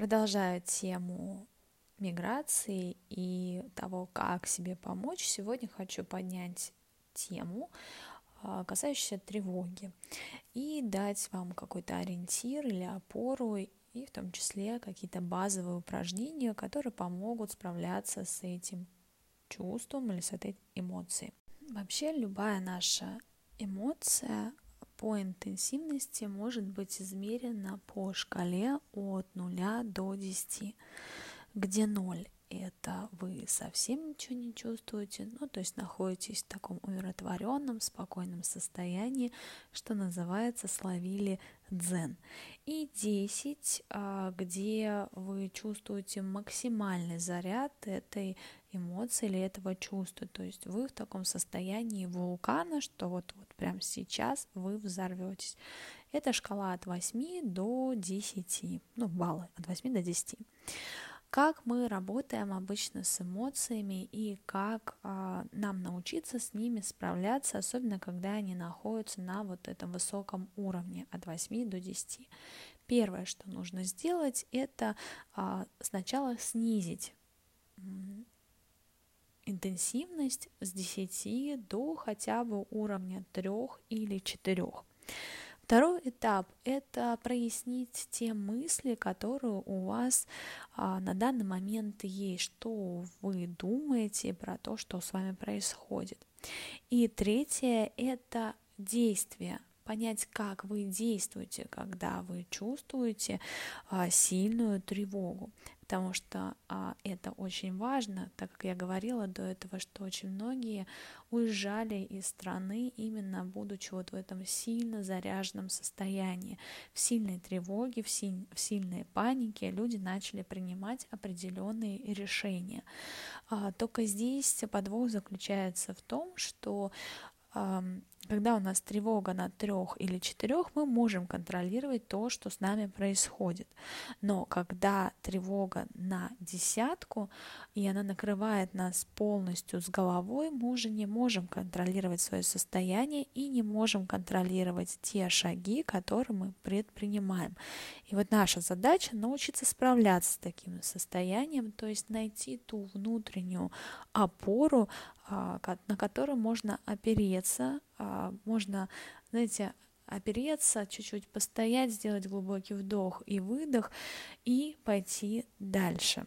Продолжая тему миграции и того, как себе помочь, сегодня хочу поднять тему, касающуюся тревоги, и дать вам какой-то ориентир или опору, и в том числе какие-то базовые упражнения, которые помогут справляться с этим чувством или с этой эмоцией. Вообще любая наша эмоция по интенсивности может быть измерена по шкале от 0 до 10, где 0 это вы совсем ничего не чувствуете, то есть находитесь в таком умиротворенном, спокойном состоянии, что называется, словили дзен. И 10, где вы чувствуете максимальный заряд этой эмоции или этого чувства, то есть вы в таком состоянии вулкана, что вот прямо сейчас вы взорветесь. Это шкала от 8 до 10, баллы от 8 до 10. Как мы работаем обычно с эмоциями и как нам научиться с ними справляться, особенно когда они находятся на вот этом высоком уровне от 8 до 10. Первое, что нужно сделать, это сначала снизить интенсивность с 10 до хотя бы уровня 3 или 4. Второй этап – это прояснить те мысли, которые у вас на данный момент есть, что вы думаете про то, что с вами происходит. И третье – это действие. Понять, как вы действуете, когда вы чувствуете сильную тревогу. Потому что это очень важно, так как я говорила до этого, что очень многие уезжали из страны именно будучи вот в этом сильно заряженном состоянии. В сильной тревоге, в сильной панике люди начали принимать определенные решения. Только здесь подвох заключается в том, что когда у нас тревога на 3 или 4, мы можем контролировать то, что с нами происходит. Но когда тревога на 10, и она накрывает нас полностью с головой, мы уже не можем контролировать свое состояние и не можем контролировать те шаги, которые мы предпринимаем. И вот наша задача научиться справляться с таким состоянием, то есть найти ту внутреннюю опору, на которую можно опереться, можно, опереться, чуть-чуть постоять, сделать глубокий вдох и выдох и пойти дальше.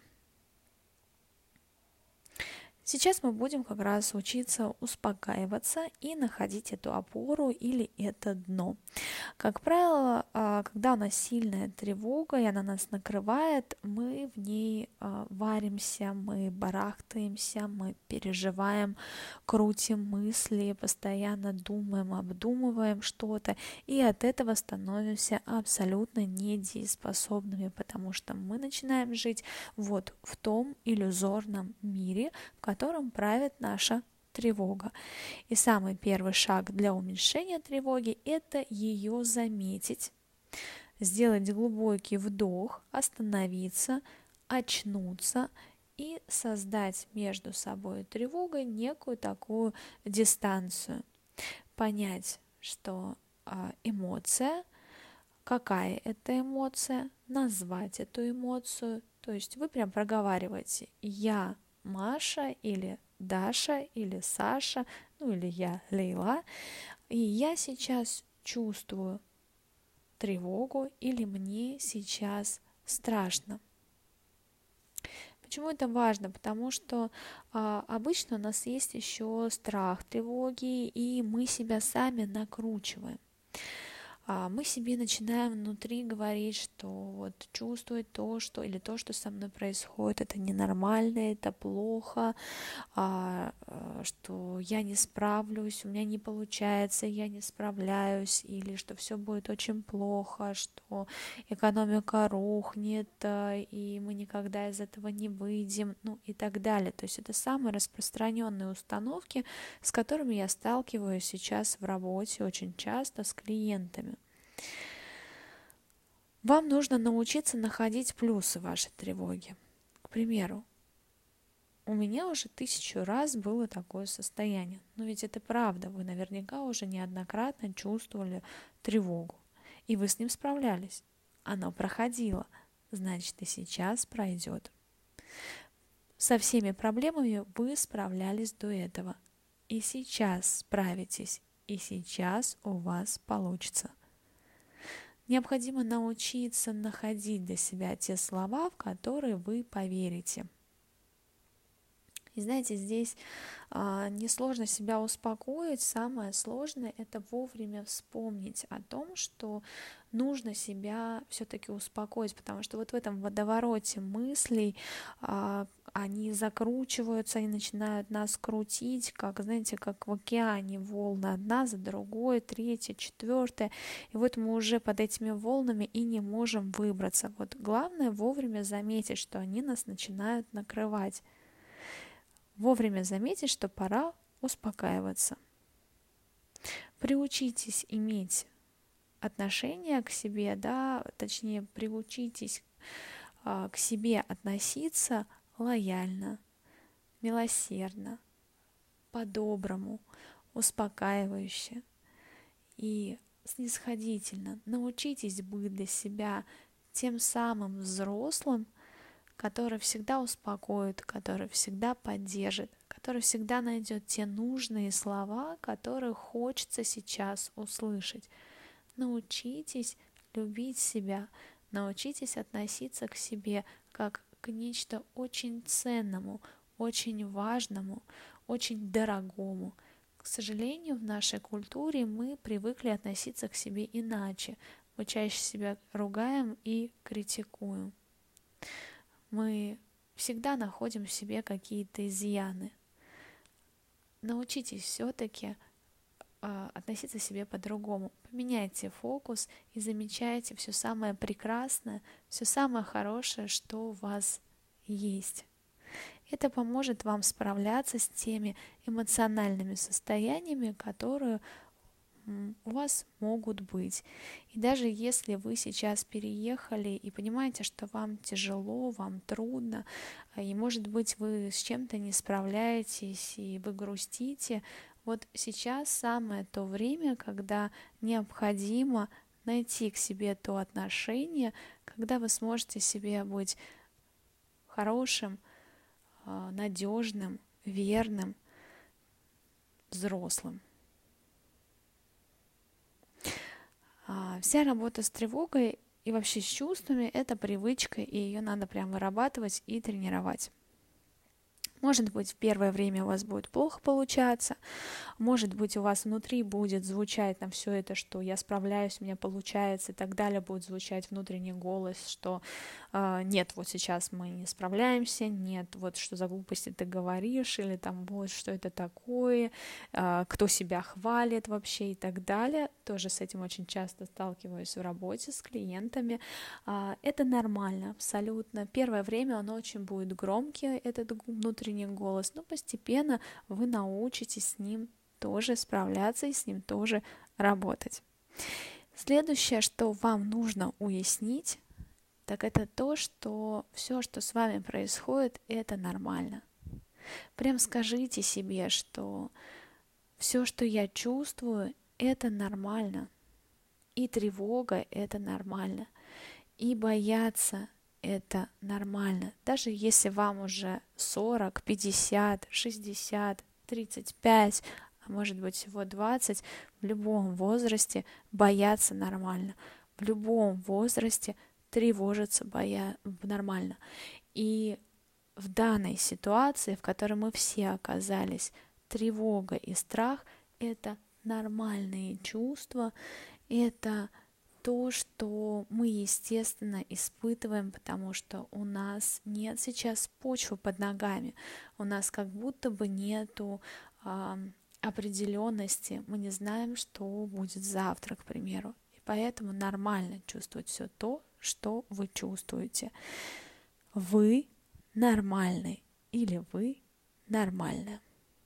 Сейчас мы будем как раз учиться успокаиваться и находить эту опору или это дно. Как правило, когда у нас сильная тревога и она нас накрывает, мы в ней варимся, мы барахтаемся, мы переживаем, крутим мысли, постоянно думаем, обдумываем что-то, и от этого становимся абсолютно недееспособными, потому что мы начинаем жить вот в том иллюзорном мире, в котором правит наша тревога. И самый первый шаг для уменьшения тревоги – это ее заметить, сделать глубокий вдох, остановиться, очнуться и создать между собой и тревогой некую такую дистанцию. Понять, что эмоция, какая это эмоция, назвать эту эмоцию. То есть вы прям проговариваете «я Маша» или Даша или Саша, или я Лейла, и я сейчас чувствую тревогу или мне сейчас страшно. Почему это важно? Потому что обычно у нас есть еще страх тревоги, и мы себя сами накручиваем. Мы себе начинаем внутри говорить, что вот чувствовать то, что или то, что со мной происходит, это ненормально, это плохо, что я не справлюсь, у меня не получается, я не справляюсь, или что все будет очень плохо, что экономика рухнет, и мы никогда из этого не выйдем, и так далее. То есть это самые распространенные установки, с которыми я сталкиваюсь сейчас в работе очень часто с клиентами. Вам нужно научиться находить плюсы вашей тревоги. К примеру, у меня уже 1000 раз было такое состояние. Но ведь это правда, вы наверняка уже неоднократно чувствовали тревогу, и вы с ним справлялись. Оно проходило. значит и сейчас пройдет. Со всеми проблемами вы справлялись до этого. И сейчас справитесь, и сейчас у вас получится. Необходимо научиться находить для себя те слова, в которые вы поверите. И знаете, здесь несложно себя успокоить, самое сложное – это вовремя вспомнить о том, что нужно себя все-таки успокоить, потому что вот в этом водовороте мыслей они закручиваются и начинают нас крутить, как, знаете, как в океане волны, одна за другой, третья, четвертая, и вот мы уже под этими волнами и не можем выбраться. Вот главное вовремя заметить, что они нас начинают накрывать. Вовремя заметить, что пора успокаиваться. Приучитесь иметь отношение к себе, точнее, приучитесь к себе относиться лояльно, милосердно, по-доброму, успокаивающе и снисходительно. Научитесь быть для себя тем самым взрослым, который всегда успокоит, который всегда поддержит, который всегда найдет те нужные слова, которые хочется сейчас услышать. Научитесь любить себя, научитесь относиться к себе как к нечто очень ценному, очень важному, очень дорогому. К сожалению, в нашей культуре мы привыкли относиться к себе иначе. Мы чаще себя ругаем и критикуем. Мы всегда находим в себе какие-то изъяны. Научитесь все-таки относиться к себе по-другому. Поменяйте фокус и замечайте все самое прекрасное, все самое хорошее, что у вас есть. Это поможет вам справляться с теми эмоциональными состояниями, которые у вас могут быть. И даже если вы сейчас переехали и понимаете, что вам тяжело, вам трудно, и, может быть, вы с чем-то не справляетесь, и вы грустите, вот сейчас самое то время, когда необходимо найти к себе то отношение, когда вы сможете себе быть хорошим, надежным, верным, взрослым. Вся работа с тревогой и вообще с чувствами – это привычка, и ее надо прям вырабатывать и тренировать. Может быть, в первое время у вас будет плохо получаться, может быть, у вас внутри будет звучать там все это, что я справляюсь, у меня получается, и так далее, будет звучать внутренний голос, что нет, вот сейчас мы не справляемся, нет, вот что за глупости ты говоришь, или там вот что это такое, кто себя хвалит вообще и так далее. Тоже с этим очень часто сталкиваюсь в работе с клиентами. Это нормально, абсолютно. Первое время он очень будет громкий, этот внутренний голос, но постепенно вы научитесь с ним тоже справляться и с ним тоже работать. Следующее, что вам нужно уяснить, так это то, что все, что с вами происходит, это нормально. Прям скажите себе, что все, что я чувствую, это нормально. И тревога – это нормально. И бояться – это нормально. Даже если вам уже 40, 50, 60, 35, а может быть всего 20, в любом возрасте бояться нормально. В любом возрасте тревожиться нормально. И в данной ситуации, в которой мы все оказались, тревога и страх – это нормальные чувства, это то, что мы, естественно, испытываем, потому что у нас нет сейчас почвы под ногами, у нас как будто бы нету определенности, мы не знаем, что будет завтра, к примеру. И поэтому нормально чувствовать все то, что вы чувствуете. Вы нормальный или вы нормальны.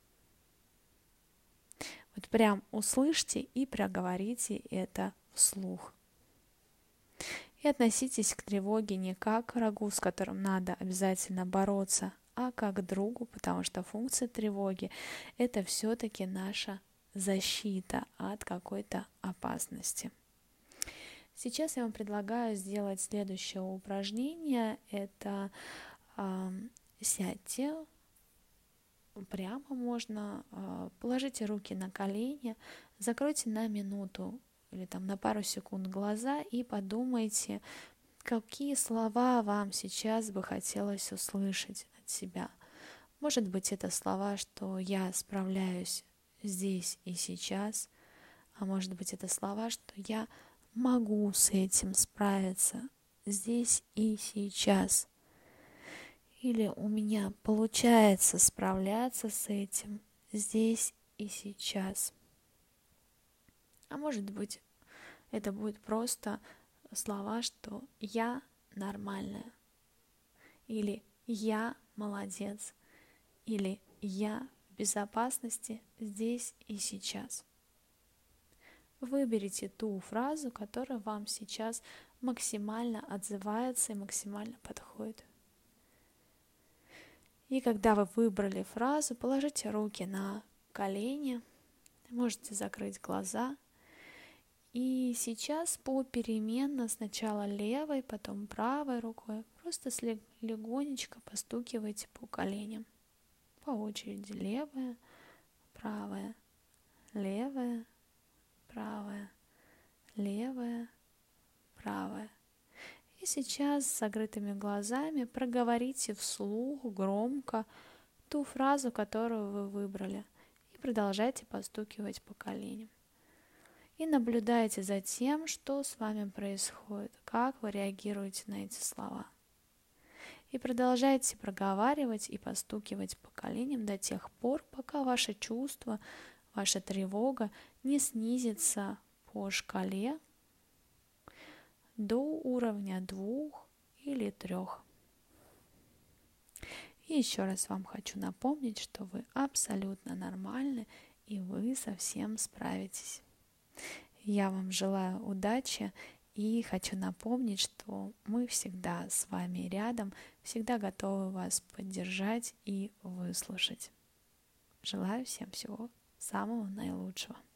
Вот прям услышьте и проговорите это вслух. И относитесь к тревоге не как к врагу, с которым надо обязательно бороться, а как к другу, потому что функция тревоги – это все-таки наша защита от какой-то опасности. Сейчас я вам предлагаю сделать следующее упражнение. Это сядьте прямо, можно, положите руки на колени, закройте на минуту или там на пару секунд глаза и подумайте, какие слова вам сейчас бы хотелось услышать от себя. Может быть, это слова, что я справляюсь здесь и сейчас, а может быть, это слова, что я могу с этим справиться здесь и сейчас. Или у меня получается справляться с этим здесь и сейчас. А может быть, это будет просто слова, что я нормальная, или я молодец, или я в безопасности здесь и сейчас. Выберите ту фразу, которая вам сейчас максимально отзывается и максимально подходит. И когда вы выбрали фразу, положите руки на колени, можете закрыть глаза. И сейчас попеременно сначала левой, потом правой рукой просто легонечко постукивайте по коленям. По очереди левая, правая, левая, правая, левая, правая. И сейчас с закрытыми глазами проговорите вслух громко ту фразу, которую вы выбрали, и продолжайте постукивать по коленям. И наблюдайте за тем, что с вами происходит, как вы реагируете на эти слова. И продолжайте проговаривать и постукивать по коленям до тех пор, пока ваше чувство, ваша тревога не снизится по шкале до уровня 2 или 3. И еще раз вам хочу напомнить, что вы абсолютно нормальны и вы совсем справитесь. Я вам желаю удачи и хочу напомнить, что мы всегда с вами рядом, всегда готовы вас поддержать и выслушать. Желаю всем всего самого наилучшего.